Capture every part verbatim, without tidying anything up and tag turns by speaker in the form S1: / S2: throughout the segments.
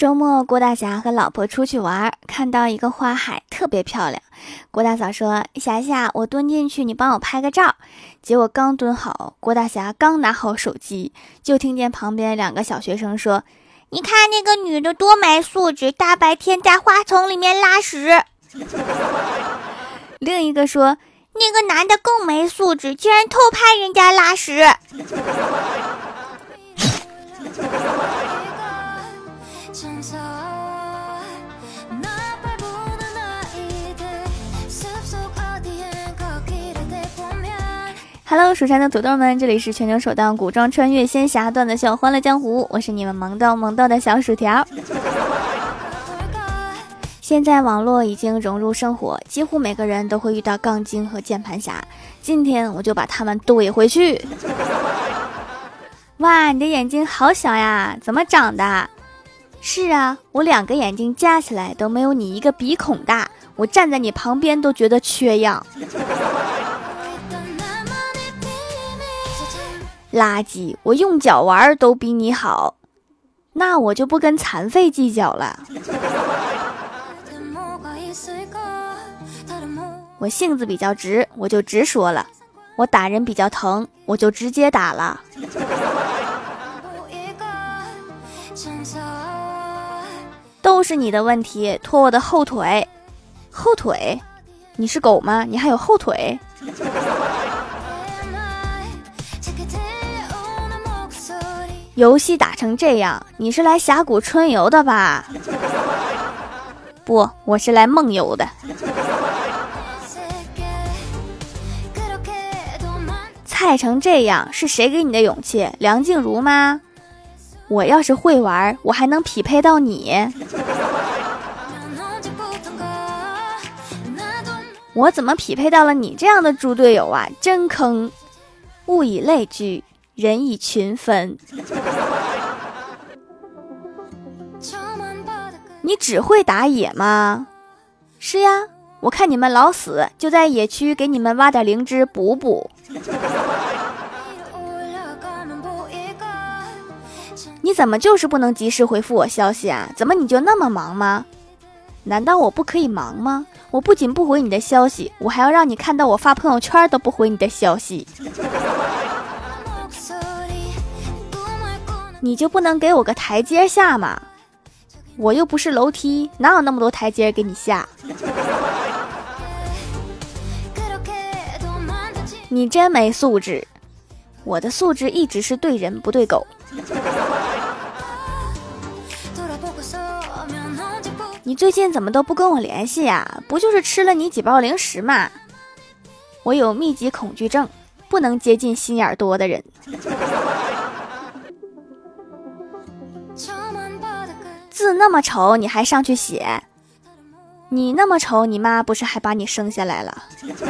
S1: 周末郭大侠和老婆出去玩，看到一个花海特别漂亮。郭大嫂说，霞霞，我蹲进去，你帮我拍个照。结果刚蹲好，郭大侠刚拿好手机，就听见旁边两个小学生说，你看那个女的多没素质，大白天在花丛里面拉屎。另一个说，那个男的更没素质，竟然偷拍人家拉屎。Hello， 蜀山的土豆们，这里是全球首档古装穿越仙侠段子秀《欢乐江湖》，我是你们萌豆萌豆的小薯条。现在网络已经融入生活，几乎每个人都会遇到杠精和键盘侠。今天我就把他们怼回去。哇，你的眼睛好小呀，怎么长的？是啊，我两个眼睛加起来都没有你一个鼻孔大，我站在你旁边都觉得缺氧。垃圾，我用脚玩都比你好，那我就不跟残废计较了。我性子比较直，我就直说了；我打人比较疼，我就直接打了。都是你的问题，拖我的后腿。后腿？你是狗吗？你还有后腿？游戏打成这样，你是来峡谷春游的吧？不，我是来梦游的。菜成这样，是谁给你的勇气？梁静茹吗？我要是会玩，我还能匹配到你？我怎么匹配到了你这样的猪队友啊？真坑！物以类聚，人以群分。你只会打野吗？是呀，我看你们老死，就在野区给你们挖点灵芝补补。你怎么就是不能及时回复我消息啊？怎么你就那么忙吗？难道我不可以忙吗？我不仅不回你的消息，我还要让你看到我发朋友圈都不回你的消息。你就不能给我个台阶下吗？我又不是楼梯，哪有那么多台阶给你下？你真没素质。我的素质一直是对人不对狗。你最近怎么都不跟我联系呀？不就是吃了你几包零食吗？我有密集恐惧症，不能接近心眼多的人。字那么丑你还上去写？你那么丑，你妈不是还把你生下来了？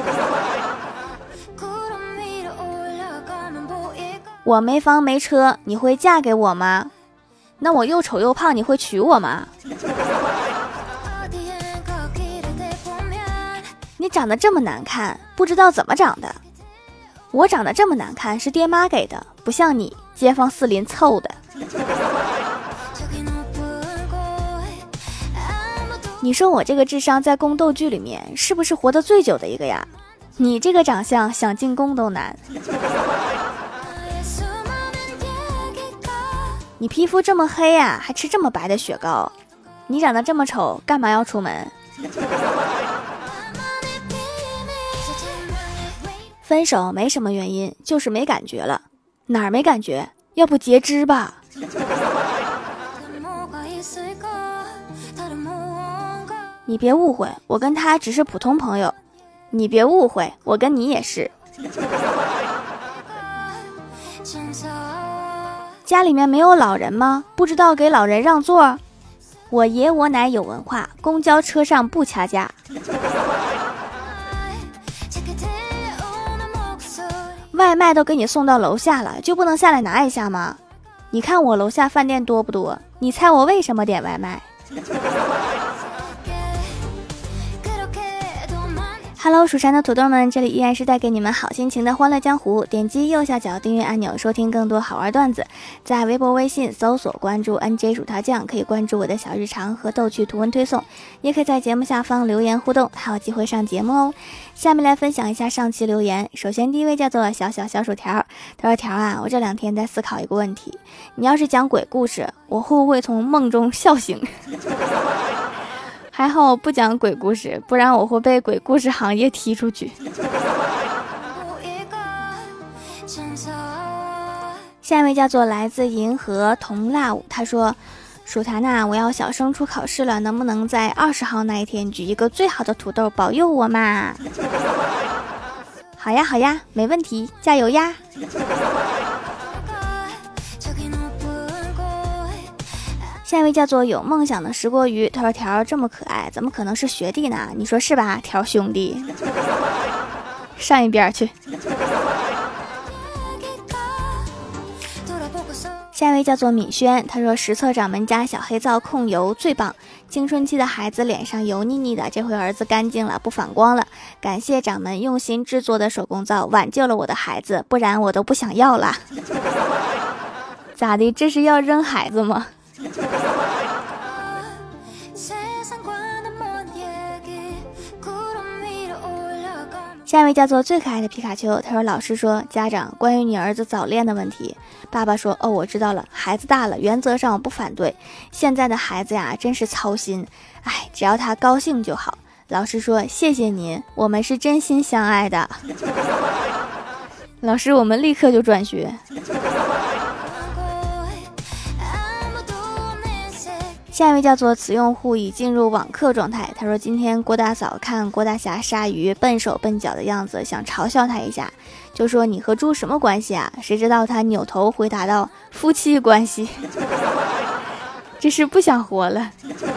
S1: 我没房没车，你会嫁给我吗？那我又丑又胖，你会娶我吗？你长得这么难看，不知道怎么长的。我长得这么难看是爹妈给的，不像你街坊四邻凑的。你说我这个智商在宫斗剧里面是不是活得最久的一个呀？你这个长相想进宫都难。你皮肤这么黑啊，还吃这么白的雪糕。你长得这么丑，干嘛要出门？分手没什么原因，就是没感觉了。哪儿没感觉？要不截肢吧？你别误会，我跟他只是普通朋友。你别误会，我跟你也是。家里面没有老人吗？不知道给老人让座？我爷我奶有文化，公交车上不掐架。外卖都给你送到楼下了，就不能下来拿一下吗？你看我楼下饭店多不多？你猜我为什么点外卖？ Hello， 蜀山的土豆们，这里依然是带给你们好心情的欢乐江湖。点击右下角订阅按钮，收听更多好玩段子。在微博、微信搜索关注 N J 薯条酱，可以关注我的小日常和逗趣图文推送，也可以在节目下方留言互动，还有机会上节目哦。下面来分享一下上期留言。首先第一位叫做小小小薯条，他说：条啊，我这两天在思考一个问题，你要是讲鬼故事，我会不会从梦中笑醒？还好我不讲鬼故事，不然我会被鬼故事行业踢出去。下一位叫做来自银河同辣舞，他说：蜀坛呐，我要小升初考试了，能不能在二十号那一天举一个最好的土豆保佑我嘛？好呀好呀，没问题，加油呀！下一位叫做有梦想的石锅鱼，他说：条这么可爱，怎么可能是学弟呢？你说是吧，条兄弟？上一边去。下一位叫做敏轩，他说：实测掌门家小黑皂控油最棒，青春期的孩子脸上油腻腻的，这回儿子干净了，不反光了。感谢掌门用心制作的手工皂，挽救了我的孩子，不然我都不想要了。咋的？这是要扔孩子吗？下一位叫做最可爱的皮卡丘，他说：老师说家长关于你儿子早恋的问题，爸爸说哦我知道了，孩子大了原则上我不反对，现在的孩子呀真是操心，哎，只要他高兴就好。老师说谢谢您，我们是真心相爱的。老师我们立刻就转学。下一位叫做此用户已进入网课状态，他说今天郭大嫂看郭大侠杀鱼笨手笨脚的样子，想嘲笑他一下，就说你和猪什么关系啊？谁知道他扭头回答道夫妻关系。这是不想活了。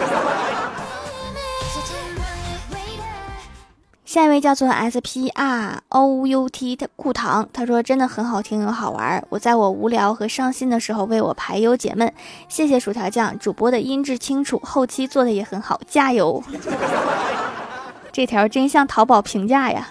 S1: 下一位叫做 S P R O U T 的顾堂，他说真的很好听又好玩，我在我无聊和伤心的时候为我排忧解闷，谢谢薯条酱，主播的音质清楚，后期做的也很好，加油。这条真像淘宝评价呀。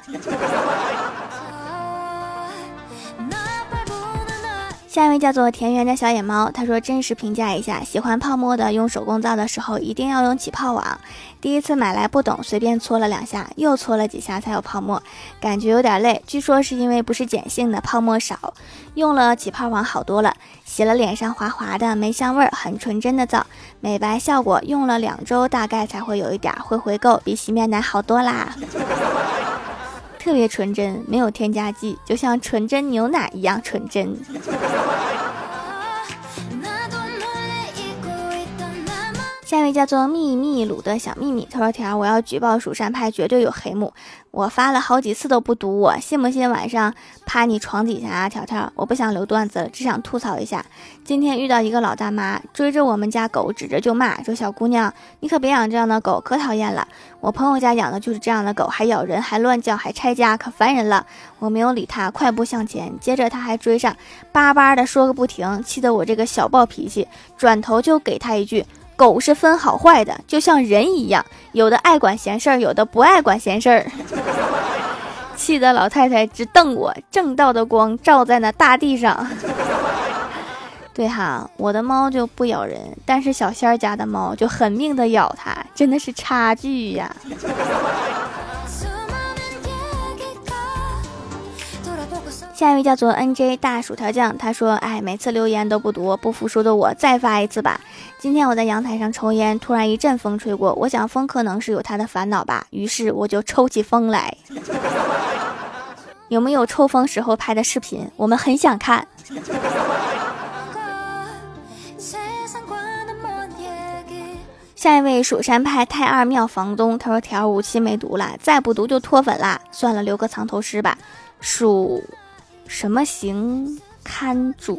S1: 下一位叫做田园的小野猫，他说真实评价一下，喜欢泡沫的用手工皂的时候一定要用起泡网，第一次买来不懂，随便搓了两下，又搓了几下才有泡沫，感觉有点累，据说是因为不是碱性的，泡沫少，用了起泡网好多了，洗了脸上滑滑的，没香味，很纯真的皂，美白效果，用了两周大概才会有一点，会回购，比洗面奶好多啦。特别纯真，没有添加剂，就像纯真牛奶一样纯真。下一位叫做秘密鲁的小秘密，他说条我要举报蜀山派绝对有黑幕，我发了好几次都不读我，信不信晚上趴你床底下啊？条条我不想留段子了，只想吐槽一下，今天遇到一个老大妈追着我们家狗指着就骂，说小姑娘你可别养这样的狗，可讨厌了，我朋友家养的就是这样的狗，还咬人还乱叫还拆家，可烦人了。我没有理他，快步向前，接着他还追上，叭叭的说个不停，气得我这个小暴脾气转头就给他一句，狗是分好坏的，就像人一样，有的爱管闲事儿，有的不爱管闲事儿。气得老太太直瞪我，正道的光照在那大地上。对哈，我的猫就不咬人，但是小仙儿家的猫就狠命的咬它，真的是差距呀。下一位叫做 N J 大薯条酱，他说哎，每次留言都不读，不服输的我再发一次吧。今天我在阳台上抽烟，突然一阵风吹过，我想风可能是有他的烦恼吧，于是我就抽起风来。有没有抽风时候拍的视频？我们很想看。下一位蜀山派太二庙房东，他说条五期没读了，再不读就脱粉啦，算了，留个藏头诗吧。蜀什么行堪主，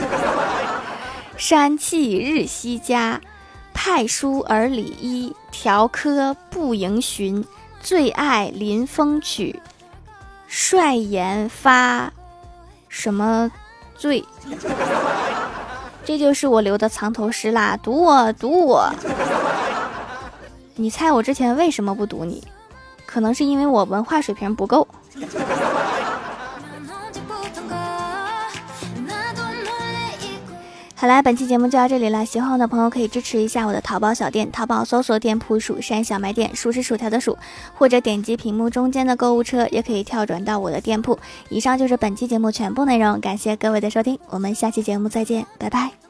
S1: 山气日夕佳，派书而礼一，条科不迎寻，最爱临风曲，率言发什么罪。这就是我留的藏头诗啦，读我读我。你猜我之前为什么不读你？ 可能是因为我文化水平不够。好啦，本期节目就到这里了，喜欢我的朋友可以支持一下我的淘宝小店，淘宝搜索店铺蜀山小卖店，蜀是薯条的蜀，或者点击屏幕中间的购物车，也可以跳转到我的店铺。以上就是本期节目全部内容，感谢各位的收听，我们下期节目再见，拜拜。